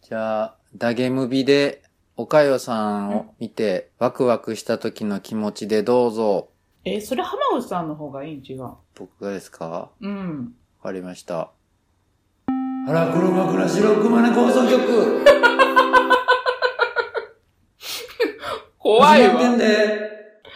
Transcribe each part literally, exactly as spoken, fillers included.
じゃあ、ダゲムビで、おかよさんを見て、ワクワクした時の気持ちでどうぞ。 え、それ浜口さんの方がいいん違う？ 僕がですか？ うん。 わかりました。腹黒枕白熊根放送局怖いわ。 始まってんで。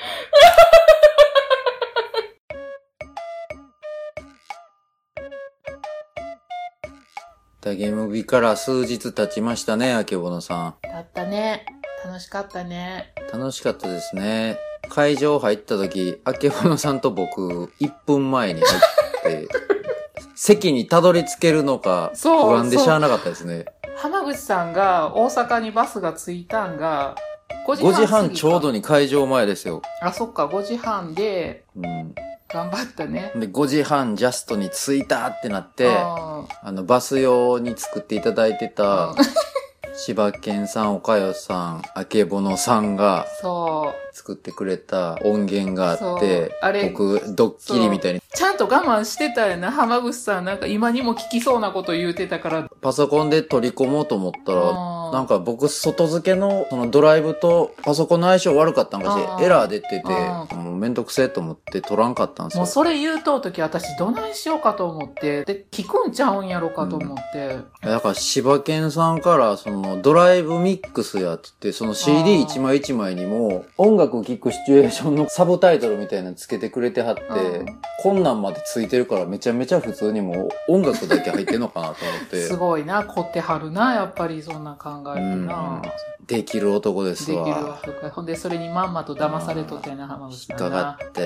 ダゲムビから数日経ちましたね、あけぼのさん。 だったね。楽しかったね。 楽しかったですね。会場入った時、あけぼのさんと僕、いっぷんまえに入って、席にたどり着けるのか、不安でしゃあなかったですね。 浜口さんが大阪にバスが着いたんが、ごじはんごじはんちょうどに会場前ですよ。 あ、そっか、ごじはんで、 うん。 頑張ったね。 で、ごじはんジャストに着いたってなって、あの、バス用に作っていただいてた、柴犬さん、おかよさん、あけぼのさんが、 そう。 作ってくれた音源があって、 あれ僕、ドッキリみたいに。 ちゃんと我慢してたよな、浜口さん。なんか今にも聞きそうなこと言うてたから。 パソコンで取り込もうと思ったら、なんか僕、外付けのそのドライブとパソコンの相性悪かったんかし、エラー出てて、もうめんどくせえと思って取らんかったんですよ。 もうそれ言うとうとき私どないしようかと思って、で、聞くんちゃうんやろかと思って。 うん、だから柴犬さんからそのドライブミックスやって言って、その シーディーいち 枚いち枚にも音楽を聴くシチュエーションのサブタイトルみたいなのつけてくれてはって、こんなんまでついてるからめちゃめちゃ普通にもう音楽だけ入ってんのかなと思って。 すごいな、凝ってはるな、やっぱりそんな考えてな。 できる男ですわ。 できる男。ほんでそれにまんまと騙されとってな、浜口さんな。 引っかかって、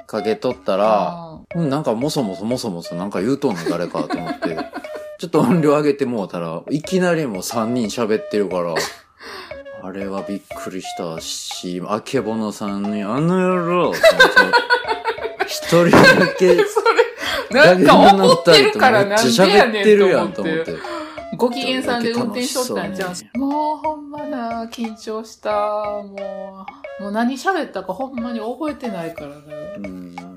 かけとったら、うん、なんかもそもそもそもそなんか言うとんの誰かと思って、ちょっと音量上げてもうたら、いきなりもうさんにん喋ってるから、あれはびっくりしたし、あけぼのさんに、あの野郎って一人だけ、 それ、なんか怒ってるからなんでやねんと思って。ご機嫌さんで運転しとったんじゃん。もうほんまな、緊張した。もう、もう何喋ったかほんまに覚えてないからな。 うん。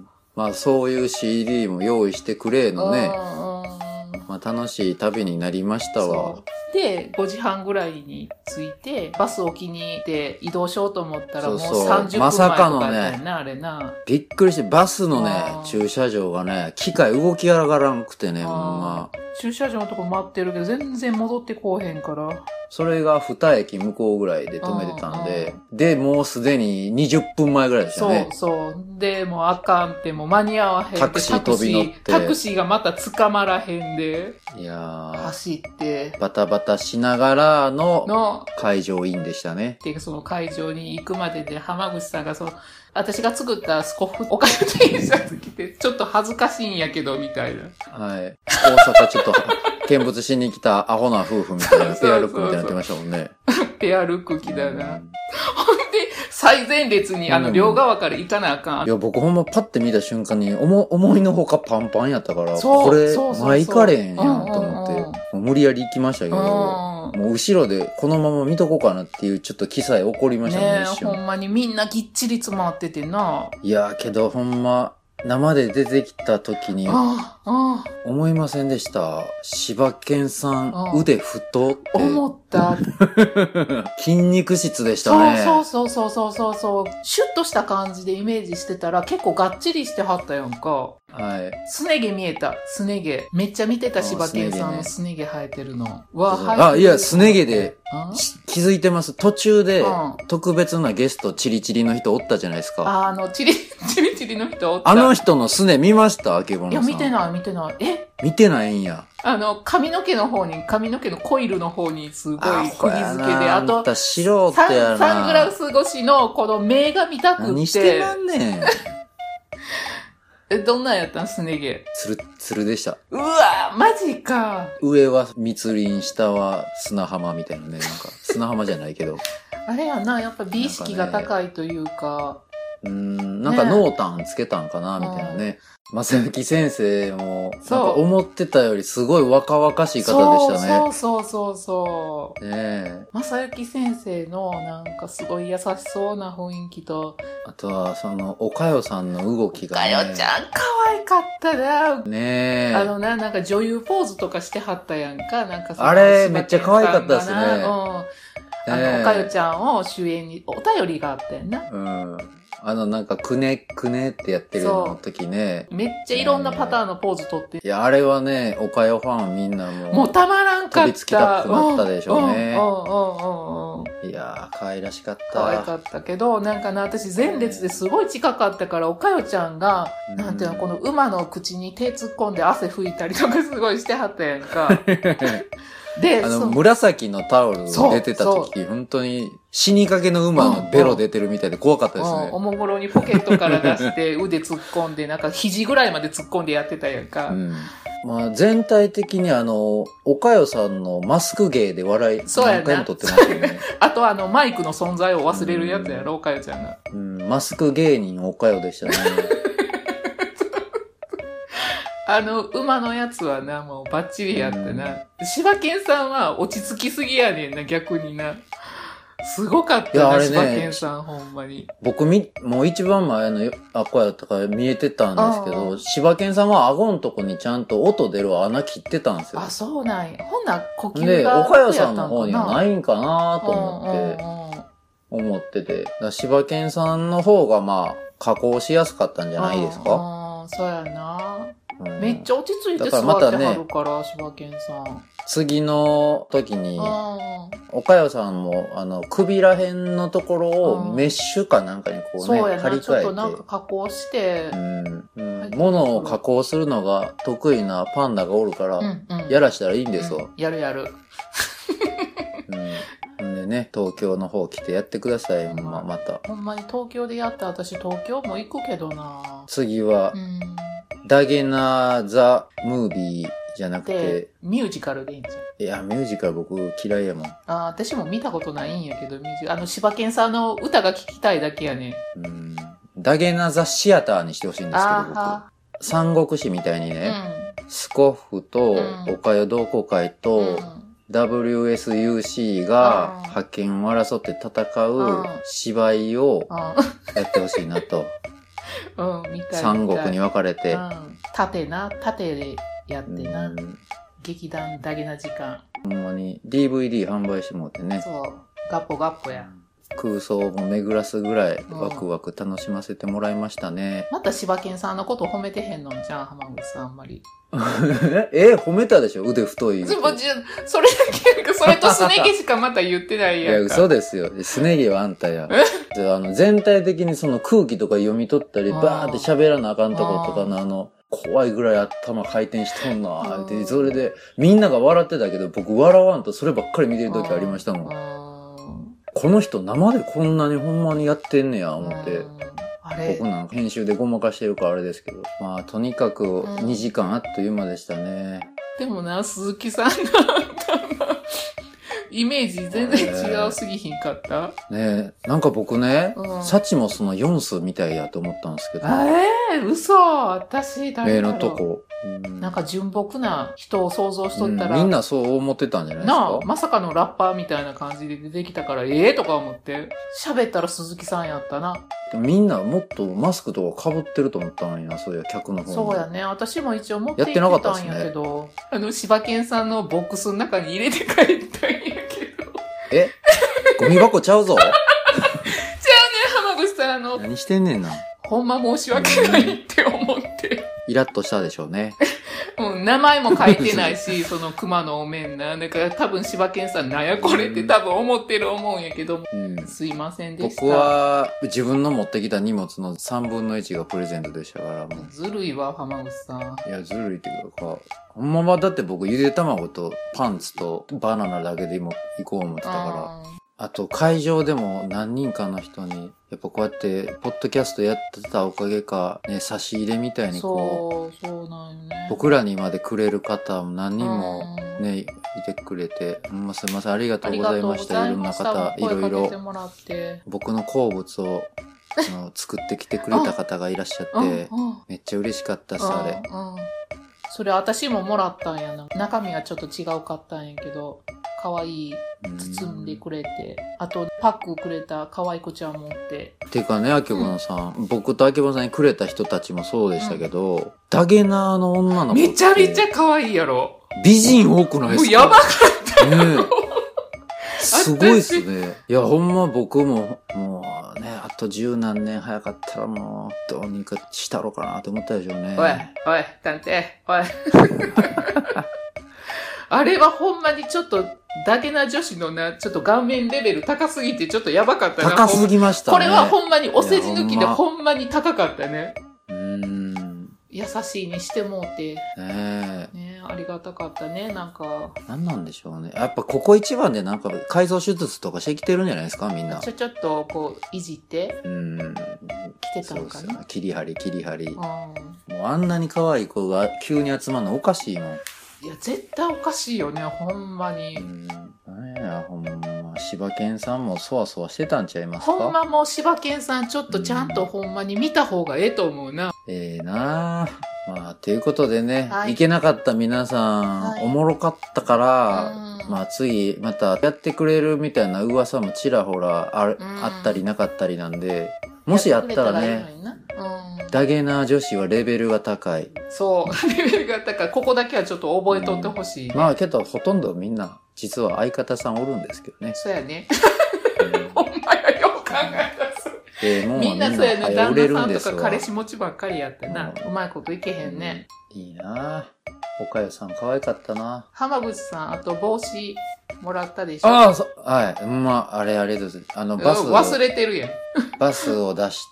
まあそういう シーディー も用意してくれのね。まあ楽しい旅になりましたわ。 で、ごじはんぐらいに着いて、バス置きに行って移動しようと思ったらもうさんじゅっぷんまえとかやったよな、まさかのね、あれな。 びっくりして、バスのね、駐車場がね、機械動き上がらんくてね、ほんま。 駐車場のとこ待ってるけど、全然戻ってこうへんから。 それがに駅向こうぐらいで止めてたんで、で、もうすでににじゅっぷんまえぐらいでしたね。 そうそう。で、もうあかんって、もう間に合わへんって。 タクシー飛び乗って。 タクシーがまた捕まらへんで。 いやー。 走って。 バタバタしながらの会場インでしたね。 で、その会場に行くまでで浜口さんがその、私が作ったスコッフ、お金店員さんと来て、ちょっと恥ずかしいんやけど、みたいな。 はい。大阪ちょっと、見物しに来たアホな夫婦みたいな、ペアルックみたいになってましたもんね。 ペアルック着だな。ほんで、最前列にあの両側から行かなあかん。 うん、いや、僕ほんまパッて見た瞬間に、思、思いのほかパンパンやったから、これ、前行かれへんやんと思って、もう無理やり行きましたけど、もう後ろでこのまま見とこうかなっていうちょっと気さえ起こりましたもんね、 一瞬。ほんまにみんなぎっちり詰まっててな。 いやけどほんま、生で出てきた時に、思いませんでした。柴犬さん、腕太って。 思った。 筋肉質でしたね。 そうそうそうそうそうそう。シュッとした感じでイメージしてたら結構がっちりしてはったやんか。 はい。 すね毛見えた。すね毛。めっちゃ見てた柴犬さんのすね毛生えてるの。 わ、生えてる。あ、いや、すね毛で気づいてます。途中で特別なゲストチリチリの人おったじゃないですか。 あ、あの、チリ、チリチリの人おった。 あの人のすね見ましたあけぼのさん。 いや、見てない見てない。え見てないんや。 あの、髪の毛の方に、髪の毛のコイルの方にすごい釘付けで、あと、 あ素人やな。 サングラス越しのこの目が見たくって。 何してなんねん。 え、どんなんやったんすね毛。 つる、つるでした。 うわマジか。 上は密林、下は砂浜みたいなね。なんか、砂浜じゃないけど。 あれやな、やっぱ美意識が高いというか。 うん、なんか濃淡つけたんかな、みたいなね。正幸先生も、なんか思ってたよりすごい若々しい方でしたね。 そうそうそうそう。 ねえ。 正幸先生のなんかすごい優しそうな雰囲気と、 あとはその、おかよさんの動きがね。 おかよちゃん可愛かったな。 ねえ。 あのな、なんか女優ポーズとかしてはったやんか。なんかあれ、めっちゃ可愛かったですね。うん。あの、おかよちゃんを主演に、お便りがあったやんな。 うん。あの、なんか、くね、くねってやってるの時ね。 めっちゃいろんなパターンのポーズ撮って。 いや、あれはね、おかよファンみんなもう。 もうたまらんかった。 飛びつきたくなったでしょうね。 うんうんうんうん。 いやー、可愛らしかった。 可愛かったけど、なんかな、私前列ですごい近かったから、おかよちゃんが、なんていうの、この馬の口に手突っ込んで汗拭いたりとかすごいしてはったやんか。で、 あの、紫のタオル出てた時、本当に死にかけの馬のベロ出てるみたいで怖かったですね。 おもむろにポケットから出して腕突っ込んで、なんか肘ぐらいまで突っ込んでやってたやんか。うん、 まあ、全体的にあの、おかよさんのマスク芸で笑い、何回も撮ってましたよね。 あとあの、マイクの存在を忘れるやつやろ、おかよちゃんが。 うん、マスク芸人おかよでしたね。 あの、馬のやつはな、もうバッチリやったな。柴犬さんは落ち着きすぎやねんな、逆にな。すごかったな、柴犬さん、ほんまに。 僕み、もう一番前のあっこやったから見えてたんですけど、柴犬さんは顎のとこにちゃんと音出る穴切ってたんですよ。 あ、そうなんや。ほんな呼吸がで、おかよさんの方にはないんかなと思って、思ってて。柴犬さんの方がまあ、加工しやすかったんじゃないですか？ ああ、そうやな。うん、めっちゃ落ち着いて座ってはるから、柴犬さん。 次の時に、おかよさんも、あの、首らへんのところをメッシュかなんかにこうね、 そうやな、 張り替えて。 ちょっとなんか加工して、 うん。うん、物を加工するのが得意なパンダがおるから、うんうん、やらしたらいいんですわ。うん、 やるやる。 うん。でね、東京の方来てやってください、ま、また。 ほんまに東京でやった私東京も行くけどな。 次は、うん、ダゲナ・ザ・ムービーじゃなくて、 ミュージカルでいいんじゃん。 いや、ミュージカル僕嫌いやもん。 あ、私も見たことないんやけど、ミュージあの、柴犬さんの歌が聴きたいだけやね。 うん。ダゲナ・ザ・シアターにしてほしいんですけど、僕。三国志みたいにね、うん、スコッフと、おかよ同好会と、うん、ダブリューエスユーシー が覇権を争って戦う芝居をやってほしいなと。 うん、みたいな。 三国に分かれて。うん、 縦な、縦でやってな。うん、劇団だけな時間。 ほんまに ディーブイディー 販売してもってね。 そう。ガッポガッポや。 空想も巡らすぐらいワクワク楽しませてもらいましたね。 うん、また柴犬さんのこと褒めてへんのんじゃん、浜口さんあんまり。 え、褒めたでしょ腕太い。 それだけ、それとすね毛しかまた言ってないやんか。 いや、嘘ですよ。すね毛はあんたや。あの、全体的にその空気とか読み取ったり、バーって喋らなあかんとことかのあの、怖いぐらい頭回転しとんなーって、それで、みんなが笑ってたけど、僕笑わんとそればっかり見てる時ありましたもん。この人生でこんなにほんまにやってんねや、思って。あれ僕なんか編集でごまかしてるからあれですけど。まあ、とにかくにじかんあっという間でしたね。 でもな、鈴木さんの頭、イメージ全然違うすぎひんかった、 ねえ、なんか僕ね、うん、サチもそのよん数みたいやと思ったんですけど。 ええー、嘘私、誰だろう。 目のとこ。 うん、なんか純朴な人を想像しとったら、 うん、みんなそう思ってたんじゃないですか。 なあ、まさかのラッパーみたいな感じで出てきたから、ええー、とか思って、喋ったら鈴木さんやったな。 みんなもっとマスクとか被ってると思ったのにな、そういう客の方に。 そうやね。私も一応持って行ってたんやけど、ね、あの、柴犬さんのボックスの中に入れて帰ったんやけど。 えゴミ箱ちゃうぞ。 じゃあね、浜口さん、あの、 何してんねんな。 ほんま申し訳ないって思って。 イラッとしたでしょうね。 うん、名前も書いてないし、その熊のお面な。だから多分柴犬さんなんやこれって多分思ってる思うんやけど、うん、すいませんでした。 僕は自分の持ってきた荷物のさんぶんのいちがプレゼントでしたからもう。 ずるいわ、浜口さん。 いや、ずるいっていうか、ほんまはだって僕ゆで卵とパンツとバナナだけでも行こう思ってたから。あと会場でも何人かの人に、やっぱこうやって、ポッドキャストやってたおかげか、ね、差し入れみたいにこう、そう、そうなんよね。 僕らにまでくれる方も何人もね、いてくれて、ほんますいません、ありがとうございました。いろんな方、いろいろ。僕の好物をの作ってきてくれた方がいらっしゃって、めっちゃ嬉しかったっす、あれ。 それ私ももらったんやな。中身はちょっと違うかったんやけど、可愛い包んでくれて、あとパックくれた可愛い子ちゃん持って。 てかね、あけぼのさん、うん、僕とあけぼのさんにくれた人たちもそうでしたけど、うん、ダゲナーの女の子めちゃめちゃ可愛いやろ。 美人多くないですか？ もうやばかったよ。ねすごいっすね。いや、ほんま僕も、もうね、あと十何年早かったらもう、どうにかしたろうかなって思ったでしょうね。 おい、おい、探偵、おい。あれはほんまにちょっと、ダゲな女子のな、ちょっと顔面レベル高すぎてちょっとやばかったな。 高すぎましたね。 これはほんまにお世辞抜きでほんまに高かったね。 うーん。 優しいにしてもうて。 ねえ。 ねえ、ありがたかったね、なんか。 なんなんでしょうね。やっぱここ一番でなんか改造手術とかしてきてるんじゃないですか、みんな。 ちょ、ちょっとこう、いじって。 うん。 来てたのかな。そうそう。 切り張り、切り張り。うん。もうあんなに可愛い子が急に集まるのおかしいもん。 いや、絶対おかしいよね、ほんまに。 うん。なんや、ほんま。柴犬さんもそわそわしてたんちゃいますか？ ほんまもう柴犬さんちょっとちゃんとほんまに見た方がええと思うな。 ええなぁ。まあ、ということでね、はい、行けなかった皆さん、はい、おもろかったから、まあ次、またやってくれるみたいな噂もちらほら あ, あったりなかったりなんで、もしやったらね、ダゲな女子はレベルが高い。 そう、レベルが高い。ここだけはちょっと覚えとってほしい、ねうん。まあけどほとんどみんな、実は相方さんおるんですけどね。 そうやね。ほんまや、よく考えた。 えー、もうみんなそうやね。旦那さんとか彼氏持ちばっかりやってな。うまいこといけへんね。 いいなぁ。おかゆさん可愛かったな。 浜口さん、あと帽子もらったでしょ。 ああ、そ、はい。まあ、あれあれです。あの、バスを。 忘れてるやん。 バスを出した、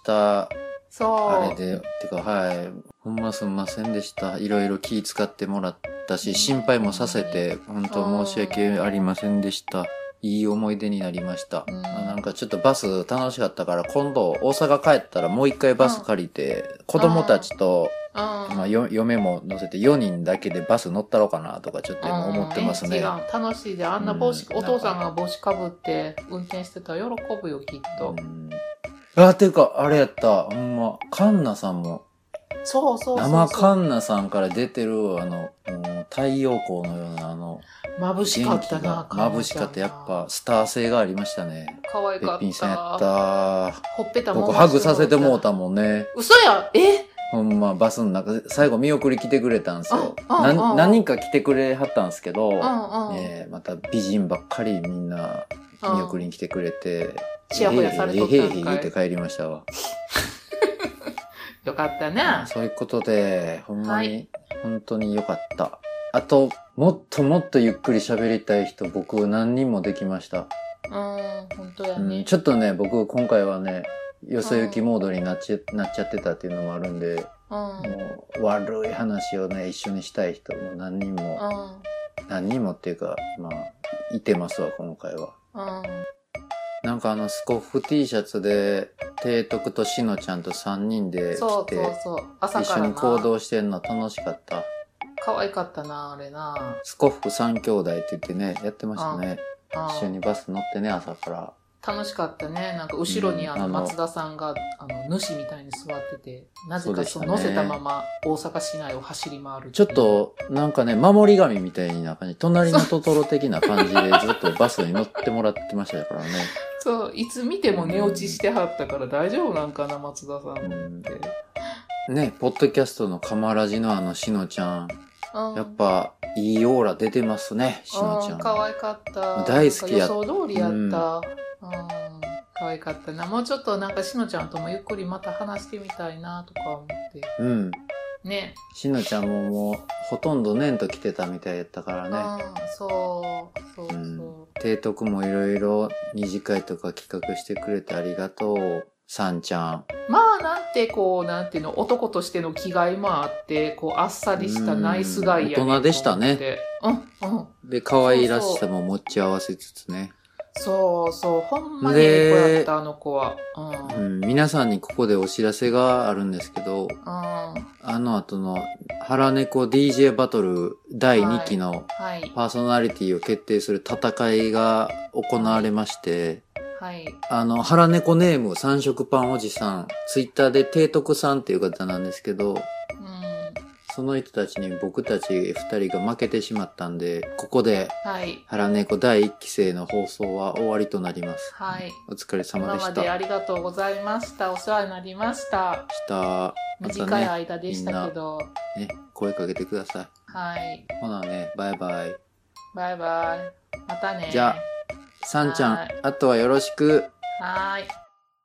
そう。 あれで、てか、はい。ほんますんませんでした。いろいろ気使ってもらったし、心配もさせて、本当申し訳ありませんでした。いい思い出になりました。うん、なんかちょっとバス楽しかったから、今度大阪帰ったらもう一回バス借りて、うん、子供たちと、まあ、よ嫁も乗せてよにんだけでバス乗ったろうかなとかちょっと今思ってますね。 違う。楽しいで、あんな帽子、うん、お父さんが帽子かぶって運転してたら喜ぶよ、きっと。うん、 あ、ていうか、あれやった。ほんま、カンナさんも。 そうそうそうそう。 生カンナさんから出てる、あの、太陽光のようなあの、 眩しかったな、 眩しかった。やっぱ、スター性がありましたね。 可愛かった。 べっぴんさんやった。 ほっぺたも僕ハグさせてもうたもんね。 嘘やえほんま、バスの中、最後見送り来てくれたんですよ。何, 何人か来てくれはったんですけど、ね、また美人ばっかりみんな見送りに来てくれて、 チヤホヤされとったんかい。 えへへ言って帰りましたわ。 よかったね。 そういうことで、ほんまに、はい、本当によかった。あと、もっともっとゆっくり喋りたい人、僕何人もできました。 うん、本当やね、 うん。ちょっとね、僕今回はね、よそ行きモードになっちゃ、うん、なっちゃってたっていうのもあるんで、うん、もう悪い話をね、一緒にしたい人も何人も、うん、何人もっていうか、まあ、いてますわ、今回は。うんなんかあのスコッフ T シャツで、提督としのちゃんとさんにんで来て、 そうそうそう。朝からな一緒に行動してんの楽しかった。 可愛かったな、あれな。 スコッフさん兄弟って言ってね、やってましたね。一緒にバス乗ってね、朝から。 楽しかったね。なんか後ろにあの松田さんが、うん、あの主みたいに座ってて、なぜかその乗せたまま大阪市内を走り回る。 ちょっとなんかね、守り神みたいな感じ、隣のトトロ的な感じでずっとバスに乗ってもらってましたからね。 そう、いつ見ても寝落ちしてはったから大丈夫なんかな、松田さんって。 ね、ポッドキャストのカマラジのあのしのちゃん。うん、やっぱ、いいオーラ出てますね、しのちゃん。 可愛かった。 大好きやった。 予想通りやった。うん、可愛かったな。もうちょっとなんかしのちゃんともゆっくりまた話してみたいなとか思って。 うん。 ね。 しのちゃんももう、ほとんど年と来てたみたいやったからね。 うん、そう、そうそう。うん、 提督もいろいろ二次会とか企画してくれてありがとう。さんちゃん。 まあなんてこう、なんていうの、男としての気概もあって、こう、あっさりしたナイスガイやね。 大人でしたね。 うん、うん。 で、可愛らしさも持ち合わせつつね。 そうそう、ほんまにええ子やった、あの子は、 うん。うん。皆さんにここでお知らせがあるんですけど、うん、あの後の、腹猫 ディージェー バトルだいにきのパーソナリティを決定する戦いが行われまして、 はい。 あの、腹猫ネーム三色パンおじさん、ツイッターで提督さんっていう方なんですけど、うん、その人たちに僕たち二人が負けてしまったんで、ここで、腹猫だいいっきせいの放送は終わりとなります。 はい。 お疲れ様でした。 今までありがとうございました。お世話になりました。 した。ま短い間でしたけど。 ね、声かけてください。 はい。 ほなね、バイバイ。 バイバイ。またね。 じゃあ、さんちゃん、あとはよろしく。 はーい。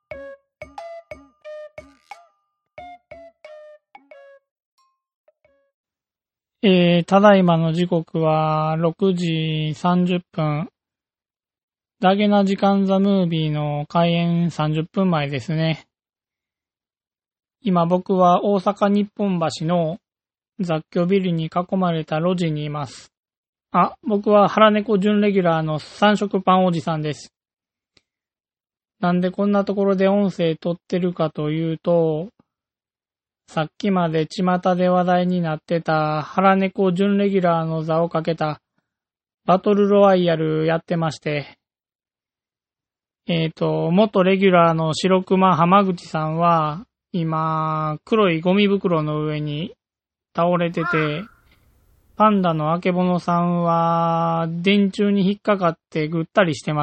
えー、ただいまの時刻はろくじさんじゅっぷん。ダゲな時間ザムービーの開演さんじゅっぷんまえですね。今僕は大阪日本橋の雑居ビルに囲まれた路地にいます。あ、僕は腹猫準レギュラーの三色パンおじさんです。なんでこんなところで音声撮ってるかというと、さっきまで巷で話題になってた腹猫準レギュラーの座をかけたバトルロワイヤルやってまして、えっと、元レギュラーの白熊浜口さんは、今、黒いゴミ袋の上に倒れてて、パンダのあけぼのさんは、電柱に引っかかってぐったりしてます。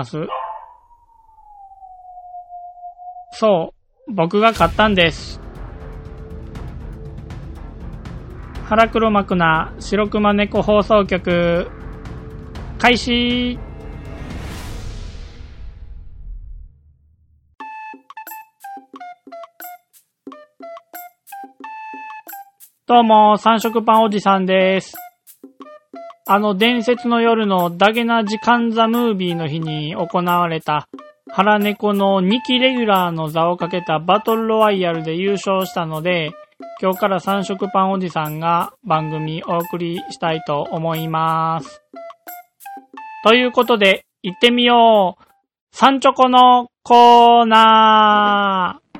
そう、僕が買ったんです。腹黒幕な白熊猫放送局、開始。どうも、三色パンおじさんです。あの伝説の夜のダゲな時間ザムービーの日に行われた腹猫のにきレギュラーの座をかけたバトルロワイヤルで優勝したので、今日から三色パンおじさんが番組お送りしたいと思います。ということで、行ってみよう。サンチョコのコーナー。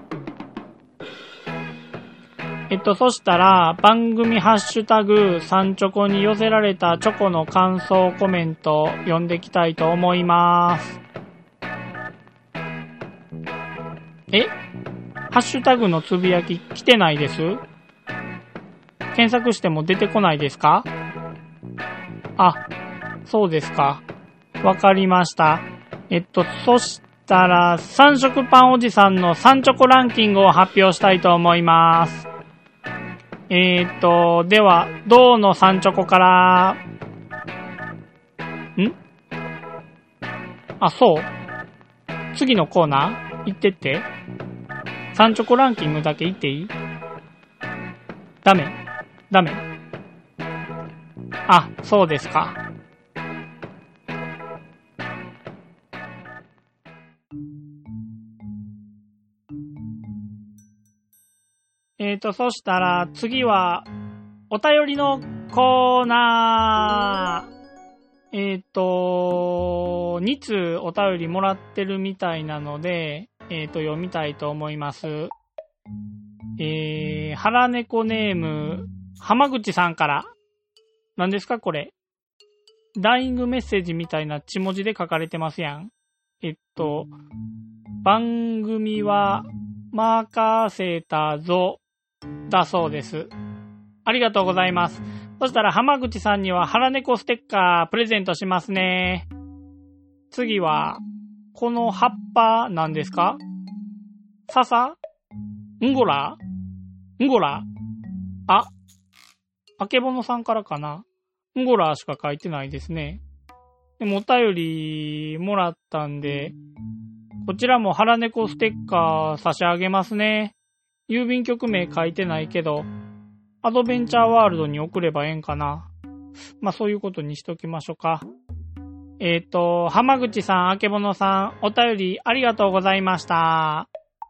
えっと、そしたら、番組ハッシュタグ、サンチョコに寄せられたチョコの感想コメントを読んでいきたいと思います。え？ハッシュタグのつぶやき来てないです？検索しても出てこないですか？あ、そうですか。わかりました。えっと、そしたら、三色パンおじさんのサンチョコランキングを発表したいと思います。えーっと、では、銅のサンチョコから、ん？あ、そう？次のコーナー行ってって。サンチョコランキングだけ言っていい？ダメ？ダメ？あ、そうですか。えーと、そしたら次はお便りのコーナー。えーと、につうお便りもらってるみたいなので、えーと、読みたいと思います。えー、腹猫ネーム、浜口さんから。何ですかこれ。ダイイングメッセージみたいな血文字で書かれてますやん。えっと、番組は任せたぞ。だそうです。ありがとうございます。そしたら浜口さんには腹猫ステッカープレゼントしますね。次は、この葉っぱなんですか？笹？んごら？んごら？あ、あけぼのさんからかな。んごらしか書いてないですね。でもお便りもらったんで、こちらも腹猫ステッカー差し上げますね。郵便局名書いてないけど、アドベンチャーワールドに送ればええんかな。まあそういうことにしときましょうか。えっと、浜口さん、あけぼのさん、お便りありがとうございました。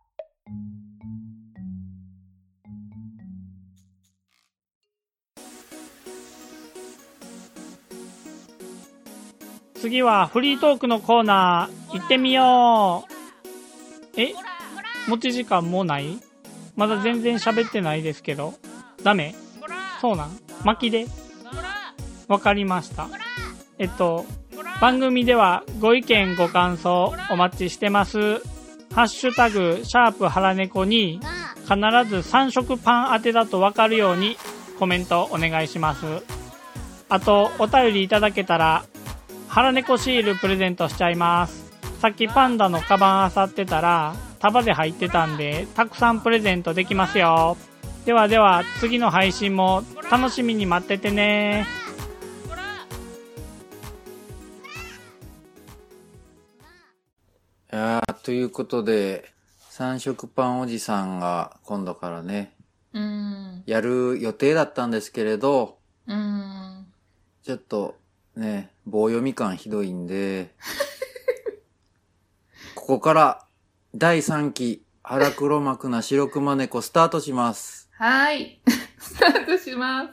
次はフリートークのコーナー、行ってみよう。え？持ち時間もうない？まだ全然喋ってないですけど。ダメ？そうなん？巻きで？わかりました。えっと、 番組ではご意見ご感想お待ちしてます。ハッシュタグシャープハラネコに必ずさん色パン当てだとわかるようにコメントお願いします。あとお便りいただけたらハラネコシールプレゼントしちゃいます。さっきパンダのカバン漁ってたら束で入ってたんでたくさんプレゼントできますよ。ではでは次の配信も楽しみに待っててね。 いやーということで三色パンおじさんが今度からね、 うん、 やる予定だったんですけれど、 うん、 ちょっとね棒読み感ひどいんでここからだいさんき腹黒幕な白熊猫スタートします。 はい。スタートします。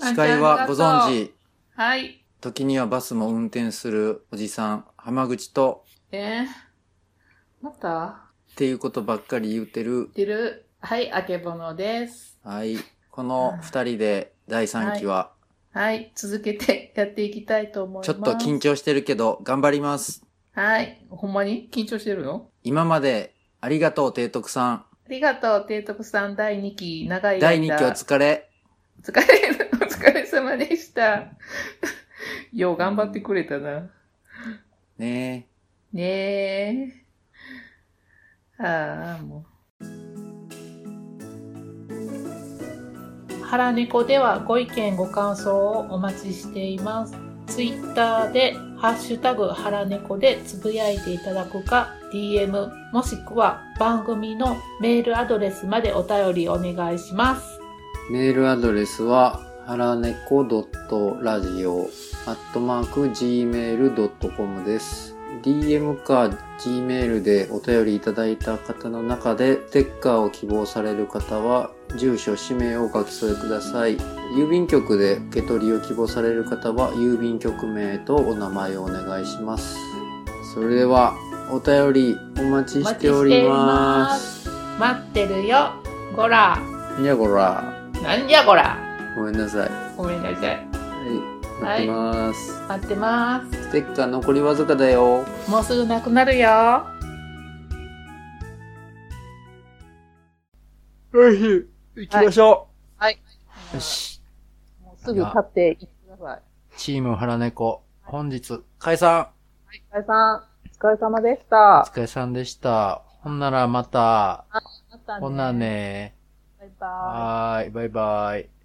司会はご存知。 はい。 時にはバスも運転するおじさん、浜口と。 えー、またっていうことばっかり言うてる。 言ってる。はい、あけぼのです。 はい。この二人でだいさんきは、 はい、はい。続けてやっていきたいと思います。 ちょっと緊張してるけど、頑張ります。 はい。ほんまに緊張してるの？ 今まで、ありがとう、提督さん。ありがとう、提督さん。だいにき、長い間。 だいにきお疲れ。 お疲れ、お疲れ様でした。よう頑張ってくれたな。 ねえ。ねえ。ああ、もう。ハラネコではご意見ご感想をお待ちしています。ツイッターでハッシュタグハラネコでつぶやいていただくか ディーエム もしくは番組のメールアドレスまでお便りお願いします。 メールアドレスははらねこ .radio アットマーク ジーメール ドットコム です。ディーエム か Gmail でお便りいただいた方の中でステッカーを希望される方は住所氏名をお書き添えください。郵便局で受け取りを希望される方は郵便局名とお名前をお願いします。それではお便りお待ちしております。 待ってるよゴラ。 なんじゃこら。 なんじゃこら。 ごめんなさい。 ごめんなさい。 はい、待ってます、 はい、待ってます。 ステッカー残りわずかだよ。 もうすぐなくなるよ。 よし、行きましょう。はい。 よし。 もうすぐ立って行ってください。 チームハラネコ、本日解散。はい、 解散。お疲れ様でした。 お疲れ様でした。ほんならまた。 あ、またね。 ほんならね。 バイバイ。 はーい、バイバイ。